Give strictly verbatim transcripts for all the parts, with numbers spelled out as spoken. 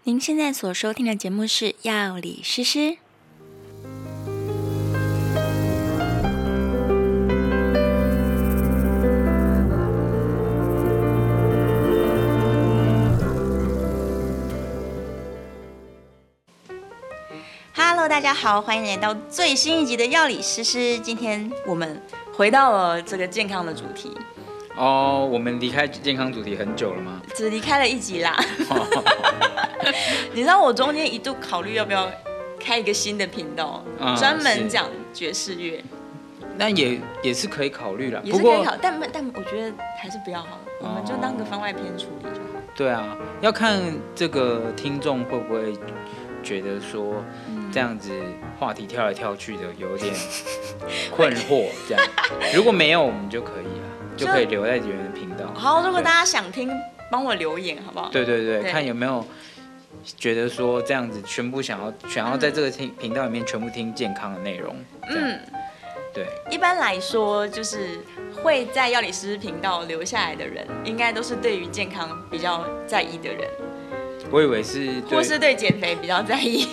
您现在所收听的节目是《药理诗诗》。Hello， 大家好，欢迎来到最新一集的《药理诗诗》。今天我们回到了这个健康的主题。 哦，我们离开健康主题很久了吗？ 只离开了一集啦。你知道我中间一度考虑要不要开一个新的频道，嗯、专门讲爵士乐。 那也也是可以考虑啦， 也是可以考，但但我觉得还是不要好了，我们就当个番外篇处理就好。 对啊，要看这个听众会不会觉得说、嗯、这样子话题跳来跳去的有点困惑，这样。如果没有，我们就可以了。就可以留在别人的频道。 好，如果大家想听，帮我留言好不好？ 对对 对, 对，看有没有觉得说这样子全部想要想要在这个听频道里面全部听健康的内容。嗯，对。一般来说，就是会在药理诗诗频道留下来的人，应该都是对于健康比较在意的人。 我以为是， 或是对减肥比较在意。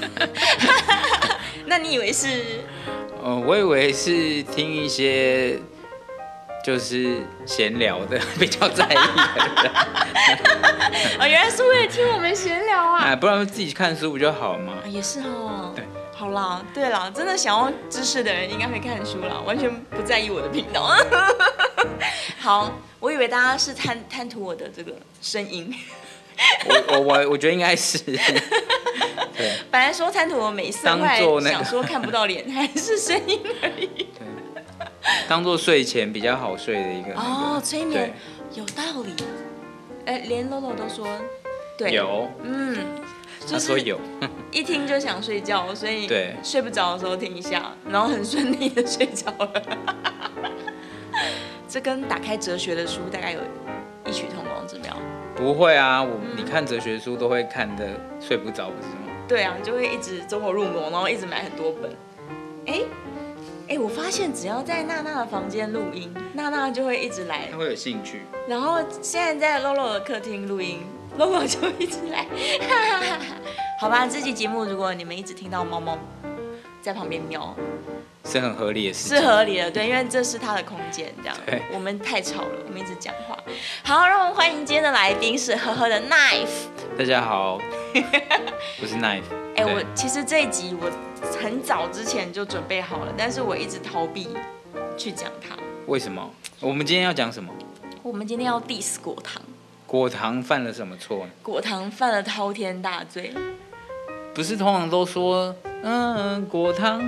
那你以为是？ 呃，我以为是听一些。就是闲聊的比较在意的人。 哦，原来是为了听我们闲聊啊！ 哎，不然自己看书不就好吗？ 也是哦。 对， 好啦，对啦，真的想要知识的人应该会看书啦，完全不在意我的频道。好，我以为大家是贪贪图我的这个声音。 我我我觉得应该是。对。 本来说贪图我美色，后来想说看不到脸，还是声音而已。对。 当做睡前比较好睡的一个、那個、 哦，催眠有道理。哎，连 Lolo 都说对， 有， 嗯， 他说有， 一听就想睡觉，所以对睡不着的时候听一下，然后很顺利的睡着了。这跟打开哲学的书大概有异曲同工之妙。 不会啊，我、嗯、你看哲学书都会看的睡不着，不是吗？ 对啊，就会一直走火入魔，然后一直买很多本。哎。哎，我发现只要在娜娜的房间录音，娜娜就会一直来， 她会有兴趣。 然后现在在 Lolo 的客厅录音 ，Lolo 就一直来。好吧，这期节目如果你们一直听到猫猫在旁边喵， 是很合理的事情。 是合理的，对，因为这是他的空间，这样。我们太吵了，我们一直讲话。好，让我们欢迎今天的来宾是呵呵的 Knife。 大家好，我是 Knife。 哎、欸，我其实这一集我很早之前就准备好了，但是我一直逃避去讲它。 为什么？我们今天要讲什么？ 我们今天要 diss 果糖。 果糖犯了什么错？ 果糖犯了滔天大罪。 不是通常都说，嗯，果糖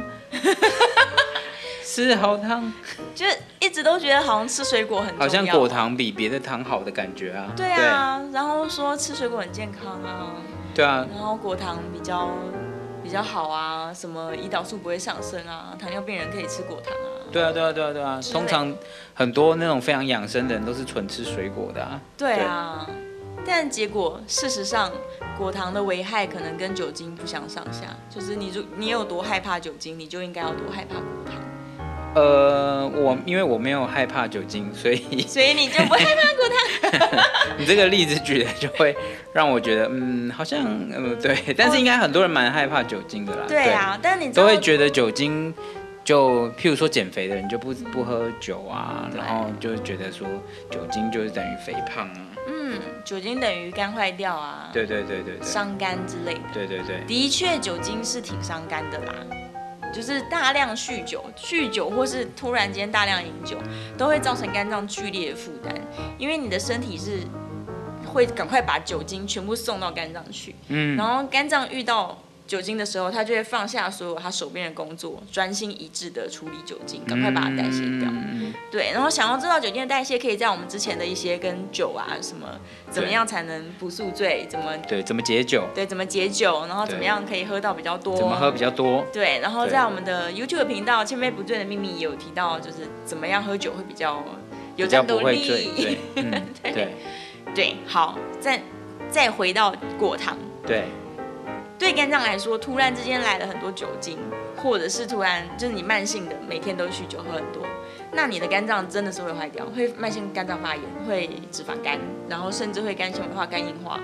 是好糖， 就一直都觉得好像吃水果很重要， 好像果糖比别的糖好的感觉啊。 对啊，对，然后说吃水果很健康啊。 对啊， 然后果糖比较比较好啊，什么胰岛素不会上升啊，糖尿病人可以吃果糖啊。 对啊，对啊，对啊，对啊。通常很多那种非常养生的人都是纯吃水果的啊。 对啊，对，但结果事实上，果糖的危害可能跟酒精不相上下。就是你如你有多害怕酒精，你就应该要多害怕果糖。 呃，我因为我没有害怕酒精，所以所以你就不害怕果糖。 你这个例子举的就会让我觉得，嗯，好像，嗯，对，但是应该很多人蛮害怕酒精的啦。 对啊，对，但你都会觉得酒精，就譬如说减肥的人就不不喝酒啊，然后就觉得说酒精就是等于肥胖啊。 嗯，酒精等于肝坏掉啊。 对对对对对。 伤肝之类的。 对对对。 的确，酒精是挺伤肝的啦。就是大量酗酒、酗酒或是突然间大量饮酒，都会造成肝脏剧烈的负担，因为你的身体是会赶快把酒精全部送到肝脏去，嗯，然后肝脏遇到酒精的时候，它就会放下所有它手边的工作，专心一致的处理酒精，赶快把它代谢掉。嗯、对，然后想要知道酒精的代谢，可以在我们之前的一些跟酒啊什么，怎么样才能不宿醉，怎么对怎么解酒， 对怎么解酒，然后怎么样可以喝到比较多， 怎么喝比较多， 对，然后在我们的 YouTube 频道《千杯不醉的秘密》也有提到，就是怎么样喝酒会比较有战斗力， 对，嗯、对对对，好，再再回到果糖， 对。 对肝脏来说，突然之间来了很多酒精，或者是突然就是你慢性的每天都酗酒喝很多，那你的肝脏真的是会坏掉，会慢性肝脏发炎，会脂肪肝，然后甚至会肝纤维化、肝硬化，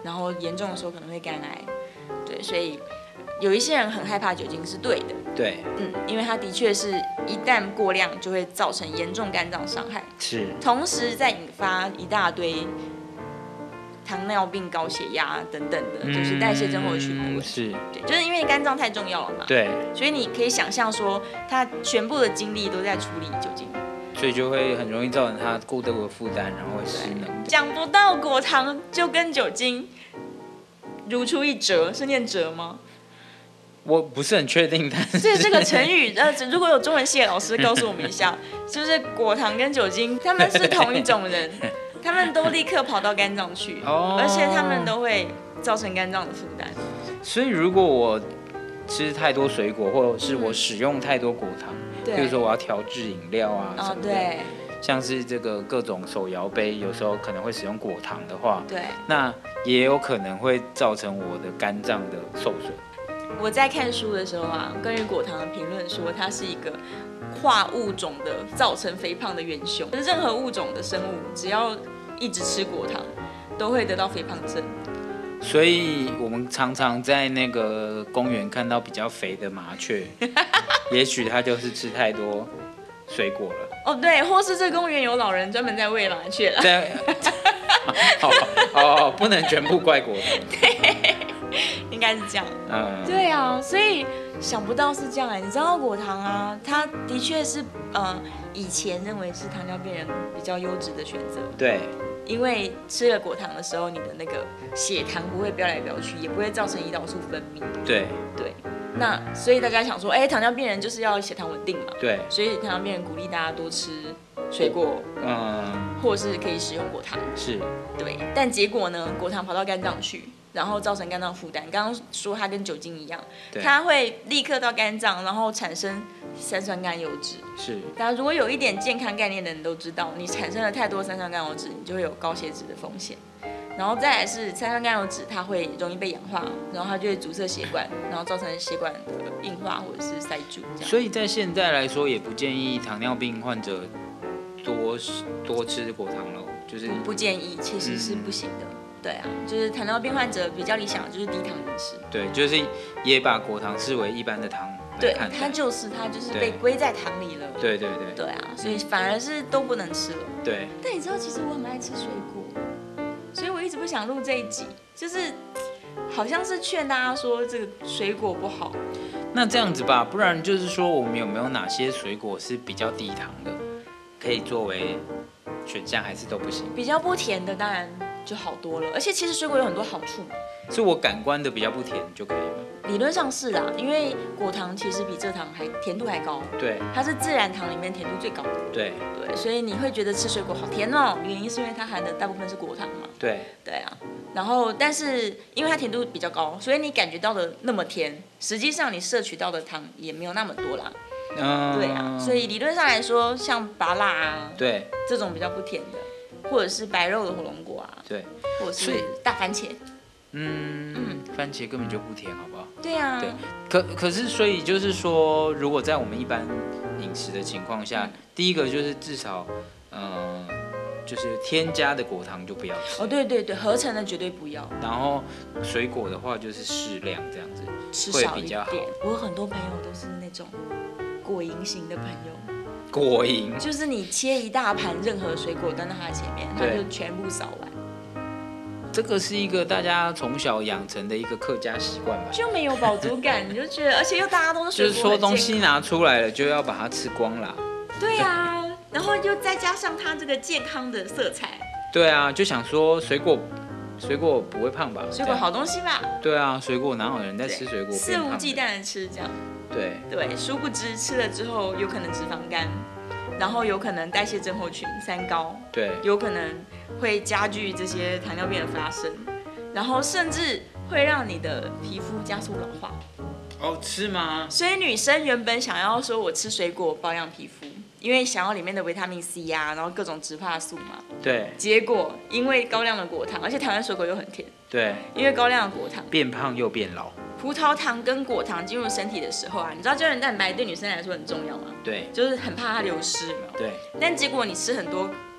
然后严重的时候可能会肝癌。对，所以有一些人很害怕酒精是对的。 对， 嗯，因为它的确是一旦过量就会造成严重肝脏伤害， 是， 同时再引发一大堆糖尿病、高血压等等的， 嗯、 就是代谢症候群的问题。 是， 对，就是因为肝脏太重要了嘛。 对， 所以你可以想象说，他全部的精力都在处理酒精， 所以就会很容易造成他过度的负担，然后会失能。 讲不到果糖就跟酒精如出一辙，是念辙吗？ 我不是很确定，但是所以这个成语，呃，如果有中文系的老师告诉我们一下，就是果糖跟酒精，他们是同一种人，他们都立刻跑到肝脏去， 哦、 而且他们都会造成肝脏的负担。 所以如果我吃太多水果，或者是我使用太多果糖， 对， 比如说我要调制饮料啊什么的， 哦、对， 像是这个各种手摇杯，有时候可能会使用果糖的话， 对， 那也有可能会造成我的肝脏的受损。 我在看书的时候啊，关于果糖的评论说，它是一个跨物种的造成肥胖的元凶。任何物种的生物，只要一直吃果糖，都会得到肥胖症。 所以我们常常在那个公园看到比较肥的麻雀，也许它就是吃太多水果了。 哦，对，或是这公园有老人专门在喂麻雀了。 对，哦哦，不能全部怪果糖。 对。应该是这样， 嗯， 对啊，所以想不到是这样哎、欸。你知道果糖啊，它的确是呃以前认为是糖尿病人比较优质的选择， 对， 因为吃了果糖的时候，你的那个血糖不会飙来飙去，也不会造成胰岛素分泌， 对对。那所以大家想说，哎、欸，糖尿病人就是要血糖稳定嘛， 对， 所以糖尿病人鼓励大家多吃水果，嗯，或是可以使用果糖， 是， 对。但结果呢，果糖跑到肝脏去。然后造成肝脏负担。刚刚说它跟酒精一样，它会立刻到肝脏，然后产生三酸甘油脂。 是。 大家如果有一点健康概念的人都知道，你产生了太多三酸甘油脂，你就会有高血脂的风险。然后再来是三酸甘油脂，它会容易被氧化，然后它就会阻塞血管，然后造成血管的硬化或者是塞住这样。 所以在现在来说，也不建议糖尿病患者多多吃果糖了，就是不建议，其实是不行的。嗯对啊，就是糖尿病患者比较理想的就是低糖饮食。 对，就是也把果糖视为一般的糖来看待。 对，它就是它就是被归在糖里了。 对对对。 对啊，所以反而是都不能吃了。 对。 但你知道，其实我很爱吃水果，所以我一直不想录这一集，就是好像是劝大家说这个水果不好。 那这样子吧，不然就是说我们有没有哪些水果是比较低糖的，可以作为选项，还是都不行？ 比较不甜的当然就好多了，而且其实水果有很多好处嘛。 是我感官的比较不甜就可以吗？ 理论上是啦，因为果糖其实比蔗糖还甜度还高。 对， 它是自然糖里面甜度最高的。 对对，所以你会觉得吃水果好甜哦，原因是因为它含的大部分是果糖嘛。 对对啊，然后但是因为它甜度比较高，所以你感觉到的那么甜，实际上你摄取到的糖也没有那么多啦。嗯，对啊，所以理论上来说，像芭乐啊， 对， 这种比较不甜的，或者是白肉的火龙果啊， 对， 或者是大番茄。 嗯嗯，番茄根本就不甜，好不好？ 对啊。 对，可可是所以就是说，如果在我们一般饮食的情况下，嗯、第一个就是至少，呃，就是添加的果糖就不要吃。 哦，对对对，合成的绝对不要。 然后水果的话就是适量这样子， 吃少一点。我有很多朋友都是那种果蝇型的朋友。 果蝇就是你切一大盘任何水果端到他前面，他就全部扫完。 这个是一个大家从小养成的一个客家习惯吧， 就没有饱足感，你就觉得，而且又大家都是水果， 就是说东西拿出来了就要把它吃光啦。 对啊，然后又再加上它这个健康的色彩。 对啊，就想说水果，水果不会胖吧？ 水果好东西吧？ 对啊，水果哪有人在吃水果肆无忌惮的吃这样？ 对对，殊不知吃了之后有可能脂肪肝，然后有可能代谢症候群、三高， 对， 有可能会加剧这些糖尿病的发生，然后甚至会让你的皮肤加速老化。 哦，是吗？ 所以女生原本想要说我吃水果保养皮肤，因为想要里面的维他命 C 啊，然后各种植化素嘛。 对。 结果因为高量的果糖，而且台湾水果又很甜。 对。 因为高量的果糖， 变胖又变老。 葡萄糖跟果糖进入身体的时候啊，你知道胶原蛋白对女生来说很重要吗？ 对。 就是很怕它流失嘛。 对。 但结果你吃很多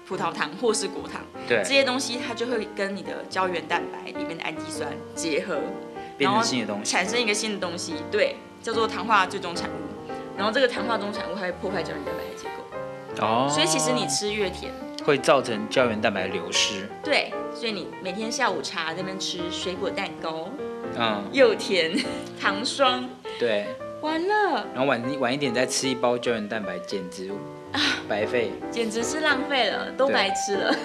葡萄糖或是果糖， 对， 这些东西它就会跟你的胶原蛋白里面的氨基酸结合， 变成新的东西， 产生一个新的东西，对，叫做糖化最终产物。然后这个糖化终产物它会破坏胶原蛋白的结构，哦，所以其实你吃越甜， 会造成胶原蛋白流失。 对，所以你每天下午茶在那边吃水果蛋糕， 嗯， 又甜，糖霜， 对， 完了， 然后晚晚一点再吃一包胶原蛋白，简直白费， 简直是浪费了，都白吃了。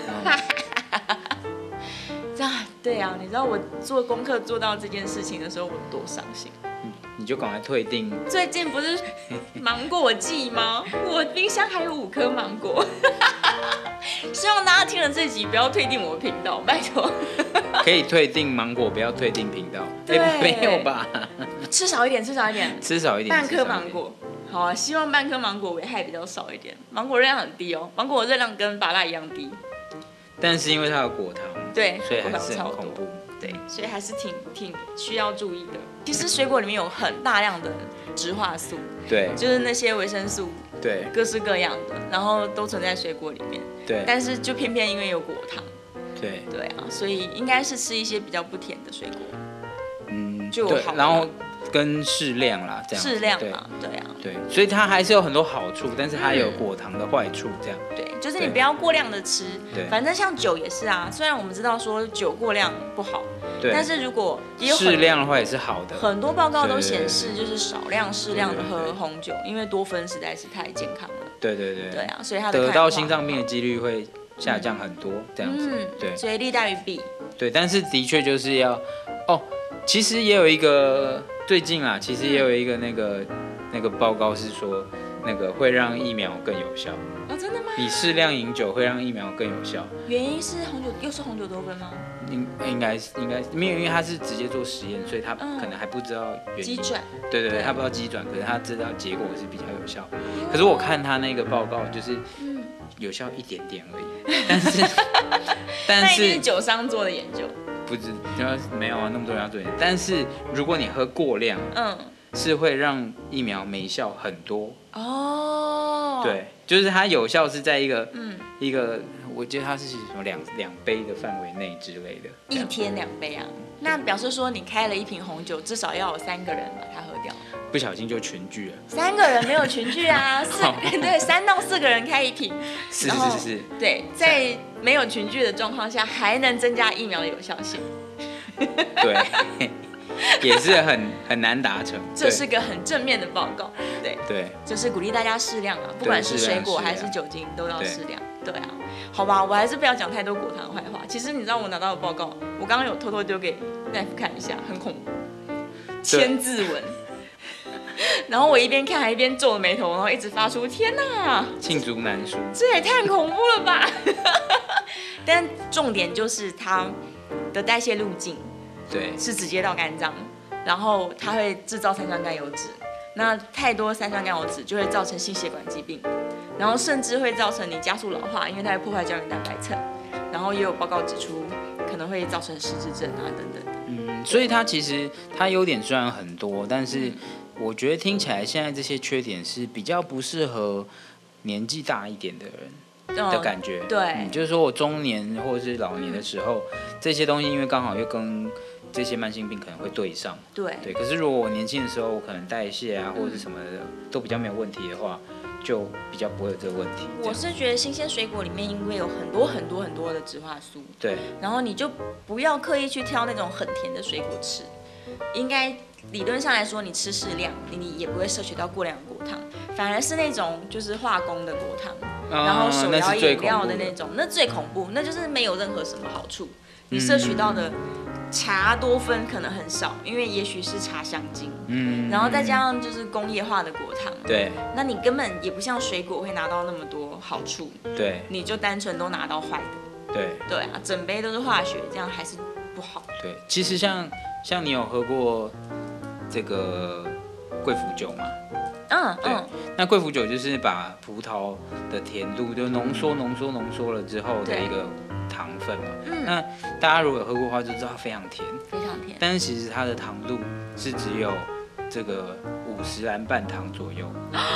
这样、嗯、对啊，你知道我做功课做到这件事情的时候，我多伤心。 你就赶快退订。 最近不是芒果季吗？我冰箱还有五颗芒果。希望大家听了这集不要退订我的频道，拜托。 可以退订芒果，不要退订频道。 对、 欸，没有吧？ 吃少一点，吃少一点， 吃少一点， 半颗芒果。好啊，希望半颗芒果危害比较少一点。芒果热量很低哦，芒果热量跟芭乐一样低。 但是因为它有果糖， 对， 所以还是很恐怖。 对，所以还是挺挺需要注意的。其实水果里面有很大量的植化素， 对， 就是那些维生素， 对， 各式各样的，然后都存在水果里面， 对。 但是就偏偏因为有果糖， 对， 对啊，所以应该是吃一些比较不甜的水果， 嗯， 就有好。 然后跟适量啦，这样适量嘛，对啊， 对，所以它还是有很多好处，但是它有果糖的坏处，这样。 对，就是你不要过量的吃， 对， 反正像酒也是啊，虽然我们知道说酒过量不好， 对， 但是如果也有适量的话也是好的。 很多报告都显示，就是少量适量的喝红酒，因为多酚实在是太健康了。 对对对。 对啊，所以它的得到心脏病的几率会下降很多，这样子。嗯，对。 所以利大于弊。 对，但是的确就是要哦，其实也有一个最近啊，其实也有一个那个、嗯、那个报告是说，那个会让疫苗更有效。 哦，真的吗？ 比适量饮酒会让疫苗更有效。 原因是红酒又是红酒多酚吗？ 应应该是应该没有，因为他是直接做实验，所以他可能还不知道原因。 机转。 对对对，他不知道机转，可是他知道结果是比较有效。可是我看他那个报告就是有效一点点而已，但是但是那一定是酒商做的研究。 不是，没有啊，那么多人要做研究。但是如果你喝过量，嗯，是会让疫苗没效很多。哦。对，就是它有效是在一个嗯一个。我记得它是什么两两杯的范围内之类的， 一天两杯啊？那表示说你开了一瓶红酒，至少要有三个人把它喝掉。 不小心就群聚了。 三个人没有群聚啊，四对三到四个人开一瓶。 是是是是。 对，在没有群聚的状况下，还能增加疫苗的有效性。 对。也是很很难达成， 这是个很正面的报告，对对， 就是鼓励大家适量啊，不管是水果还是酒精都要适量，对啊，好吧，我还是不要讲太多果糖的坏话。其实你知道我拿到的报告，我刚刚有偷偷丢给大夫看一下，很恐怖，千字文，然后我一边看还一边皱着眉头，然后一直发出天哪， 罄竹难书， 这也太恐怖了吧！但重点就是它的代谢路径。 对， 是直接到肝脏，然后它会制造三酸甘油酯，那太多三酸甘油酯就会造成心血管疾病，然后甚至会造成你加速老化，因为它会破坏胶原蛋白层，然后也有报告指出可能会造成失智症啊等等的。 嗯，所以它其实它优点虽然很多，但是我觉得听起来现在这些缺点是比较不适合年纪大一点的人的感觉。 对、 嗯，就是说我中年或者是老年的时候，这些东西因为刚好又跟这些慢性病可能会对上， 对对。可是如果我年轻的时候，我可能代谢啊或者是什么的都比较没有问题的话，就比较不会有这个问题。 我是觉得新鲜水果里面因为有很多很多很多的植化素， 对。 然后你就不要刻意去挑那种很甜的水果吃，应该理论上来说，你吃适量，你也不会摄取到过量的果糖，反而是那种就是化工的果糖， 啊、 然后手摇饮料的那种，那最恐怖，那就是没有任何什么好处。你摄取到的茶多酚可能很少，因为也许是茶香精，嗯，然后再加上就是工业化的果糖， 对， 那你根本也不像水果会拿到那么多好处， 对， 你就单纯都拿到坏的， 对， 对啊，整杯都是化学，这样还是不好。 对，其实像像你有喝过这个贵腐酒吗？ 嗯嗯， 那贵腐酒就是把葡萄的甜度就浓缩、浓缩、浓缩了之后的一个糖分嘛。嗯，那大家如果有喝过的话，就知道它非常甜， 非常甜。 但是其实它的糖度是只有这个五十兰半糖左右。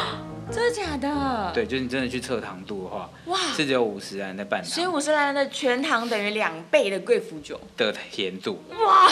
真的假的？ 对，就是你真的去测糖度的话，哇，是只有五十兰的半糖， 所以五十兰的全糖等于两倍的贵腐酒的甜度， 哇，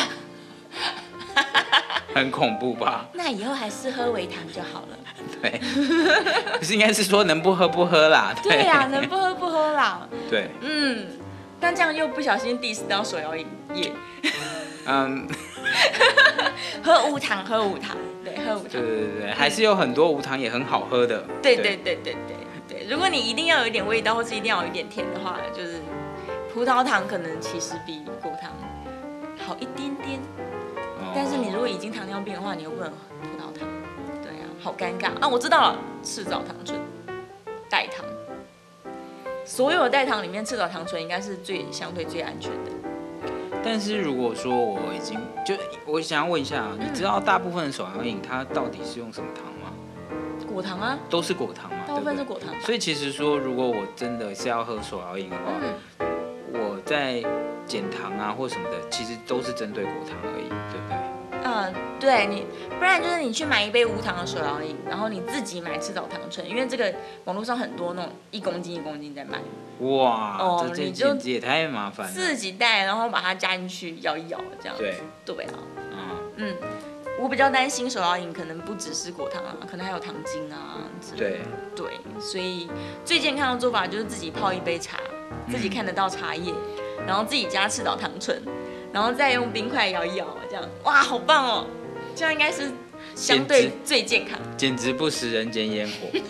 很恐怖吧？ 那以后还是喝微糖就好了。 对，可是应该是说能不喝不喝啦。 对呀、啊，能不喝不喝啦。 对， 嗯，但这样又不小心 diss 到手摇饮业。嗯，喝无糖，喝无糖，对，喝无糖。 对对对对，还是有很多无糖也很好喝的。 对对对对对对，如果你一定要有一点味道，或是一定要有一点甜的话，就是葡萄糖可能其实比果糖好一点点。哦、但是你如果已经糖尿病的话，你又不能葡萄糖。对啊，好尴尬啊！我知道了，赤藻糖醇，代糖。所有的代糖里面，赤藻糖醇应该是最相对最安全的。 但是如果说我已经就我想要问一下，你知道大部分的手摇饮它到底是用什么糖吗？ 果糖啊， 都是果糖嘛， 大部分是果糖。 所以其实说，如果我真的是要喝手摇饮的话，嗯、我在减糖啊或什么的，其实都是针对果糖而已，对不对？ 嗯，对你，不然就是你去买一杯无糖的手摇饮，然后你自己买赤藻糖醇，因为这个网络上很多那种一公斤一公斤在卖。 哇，哦、这这简直也太麻烦了。 自己带，然后把它加进去摇一摇，这样。 对。 对啊。嗯嗯，我比较担心手摇饮可能不只是果糖啊，可能还有糖精啊之类的。对。对，所以最健康的做法就是自己泡一杯茶，自己看得到茶叶，嗯、然后自己加赤藻糖醇，然后再用冰块摇一摇，这样，哇，好棒哦！这样应该是相对最健康。 简直不食人间烟火。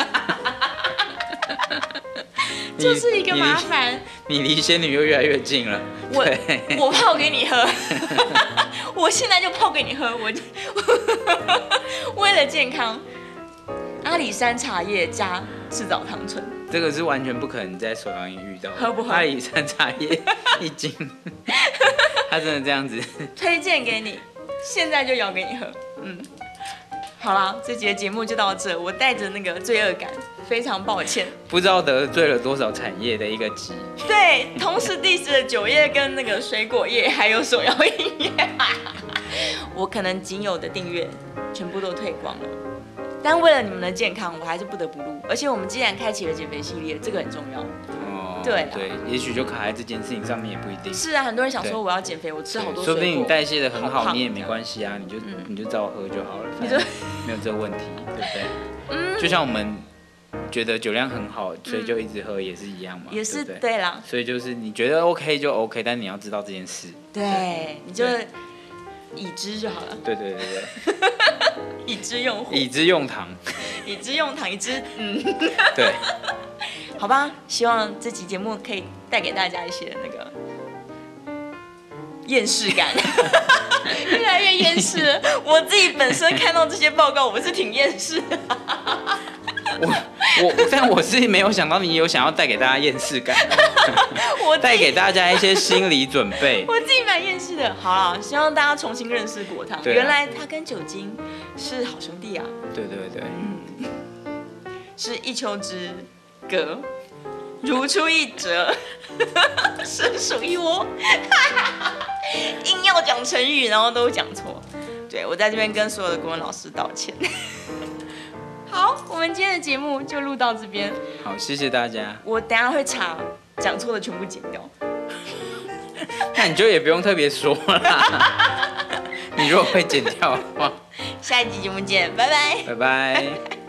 就是一个麻烦。 你离仙女又越来越近了。 我我泡给你喝，我现在就泡给你喝。我为了健康，阿里山茶叶加赤藻糖醇， 这个是完全不可能在手摇饮遇到的。 喝不喝？ 阿里山茶叶一斤，他真的这样子。 推荐给你，现在就摇给你喝。嗯。好啦，这集的节目就到这。我带着那个罪恶感，非常抱歉。 不知道得罪了多少产业的一个集。 对，同时 diss 了酒业跟那个水果业，还有手摇饮业。我可能仅有的订阅全部都退光了，但为了你们的健康，我还是不得不录。而且我们既然开启了减肥系列，这个很重要。哦，对对，也许就卡在这件事情上面也不一定。 是啊，很多人想说我要减肥，我吃好多水果， 说不定你代谢的很好，你也没关系啊，你就、嗯、你就照喝就好了，反正没有这个问题，对不对？嗯，就像我们觉得酒量很好，所以就一直喝也是一样嘛， 也是对, 对, 对啦。 所以就是你觉得 OK 就 OK， 但你要知道这件事。 对，对你就已知就好了。 对对对对。 已知用户。 已知用糖。 已知用糖，已知嗯。 对。 好吧，希望这期节目可以带给大家一些那个厌世感，越来越厌世了。我自己本身看到这些报告，我是挺厌世的。 我我，但我是没有想到你有想要带给大家厌世感，我带给大家一些心理准备。 我自己蛮厌世的。好了，希望大家重新认识果糖，啊、原来它跟酒精是好兄弟啊。对对对， 嗯，是一丘之貉，如出一辙，实属一窝。硬要讲成语，然后都讲错。对，我在这边跟所有的国文老师道歉。好，我们今天的节目就录到这边。 好，谢谢大家。 我等一下会查讲错的全部剪掉。 那你就也不用特别说啦。你如果会剪掉的话， 下一集节目见，拜拜。 拜拜。